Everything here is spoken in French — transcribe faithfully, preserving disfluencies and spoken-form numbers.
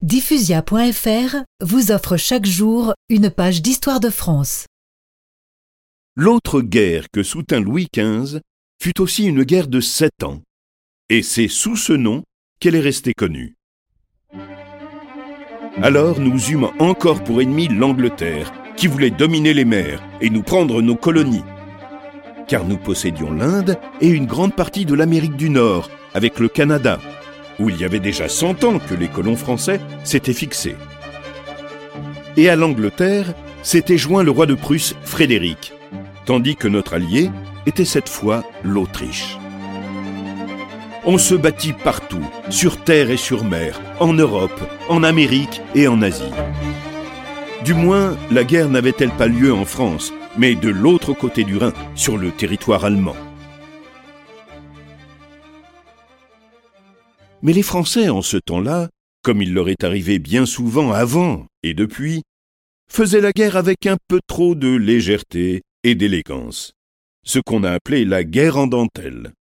Diffusia point F R vous offre chaque jour une page d'histoire de France. L'autre guerre que soutint Louis quinze fut aussi une guerre de sept ans, et c'est sous ce nom qu'elle est restée connue. Alors nous eûmes encore pour ennemi l'Angleterre, qui voulait dominer les mers et nous prendre nos colonies. Car nous possédions l'Inde et une grande partie de l'Amérique du Nord, avec le Canada, où il y avait déjà cent ans que les colons français s'étaient fixés. Et à l'Angleterre s'était joint le roi de Prusse, Frédéric, tandis que notre allié était cette fois l'Autriche. On se battit partout, sur terre et sur mer, en Europe, en Amérique et en Asie. Du moins, la guerre n'avait-elle pas lieu en France, mais de l'autre côté du Rhin, sur le territoire allemand. Mais les Français, en ce temps-là, comme il leur est arrivé bien souvent avant et depuis, faisaient la guerre avec un peu trop de légèreté et d'élégance, ce qu'on a appelé la guerre en dentelle.